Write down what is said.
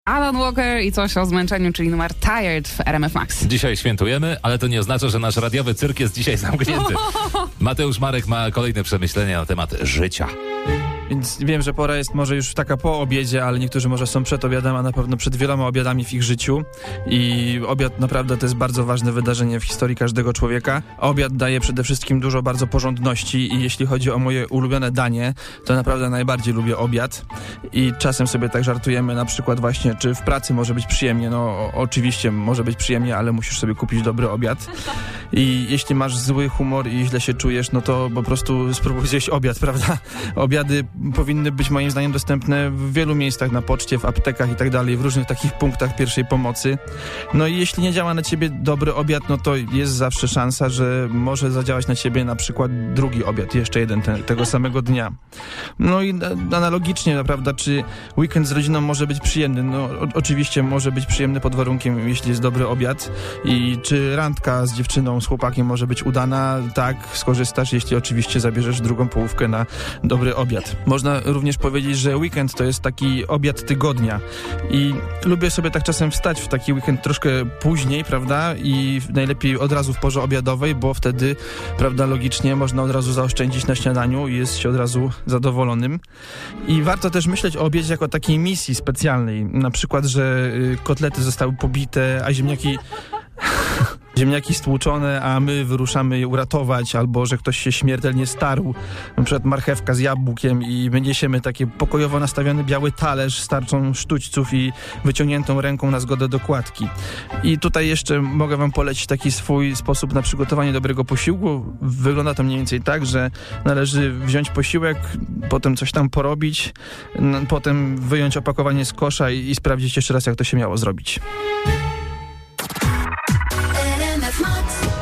Alan Walker i coś o zmęczeniu, czyli numer Tired w RMF Max. Dzisiaj świętujemy, ale to nie oznacza, że nasz radiowy cyrk jest dzisiaj zamknięty. Mateusz Marek ma kolejne przemyślenia na temat życia. Więc wiem, że pora jest może już taka po obiedzie, ale niektórzy może są przed obiadem, a na pewno przed wieloma obiadami w ich życiu. I obiad naprawdę to jest bardzo ważne wydarzenie w historii każdego człowieka. Obiad daje przede wszystkim dużo bardzo porządności i jeśli chodzi o moje ulubione danie, to naprawdę najbardziej lubię obiad. I czasem sobie tak żartujemy na przykład właśnie, czy w pracy może być przyjemnie. No oczywiście może być przyjemnie, ale musisz sobie kupić dobry obiad. I jeśli masz zły humor i źle się czujesz, no to po prostu spróbuj zjeść obiad, prawda? Obiady powinny być moim zdaniem dostępne w wielu miejscach, na poczcie, w aptekach i tak dalej, w różnych takich punktach pierwszej pomocy. No i jeśli nie działa na ciebie dobry obiad, no to jest zawsze szansa, że może zadziałać na ciebie na przykład drugi obiad, jeszcze jeden tego samego dnia. No i analogicznie, prawda, czy weekend z rodziną może być przyjemny? No oczywiście może być przyjemny pod warunkiem, jeśli jest dobry obiad. I czy randka z dziewczyną, z chłopakiem może być udana? Tak, skorzystasz, jeśli oczywiście zabierzesz drugą połówkę na dobry obiad. Można również powiedzieć, że weekend to jest taki obiad tygodnia i lubię sobie tak czasem wstać w taki weekend troszkę później, prawda, i najlepiej od razu w porze obiadowej, bo wtedy, prawda, logicznie można od razu zaoszczędzić na śniadaniu i jest się od razu zadowolonym. I warto też myśleć o obiedzie jako takiej misji specjalnej, na przykład, że kotlety zostały pobite, a ziemniaki stłuczone, a my wyruszamy je uratować, albo że ktoś się śmiertelnie starł, na przykład marchewka z jabłkiem i my niesiemy taki pokojowo nastawiony biały talerz z tarczą sztućców i wyciągniętą ręką na zgodę dokładki. I tutaj jeszcze mogę wam polecić taki swój sposób na przygotowanie dobrego posiłku. Wygląda to mniej więcej tak, że należy wziąć posiłek, potem coś tam porobić, potem wyjąć opakowanie z kosza i sprawdzić jeszcze raz, jak to się miało zrobić.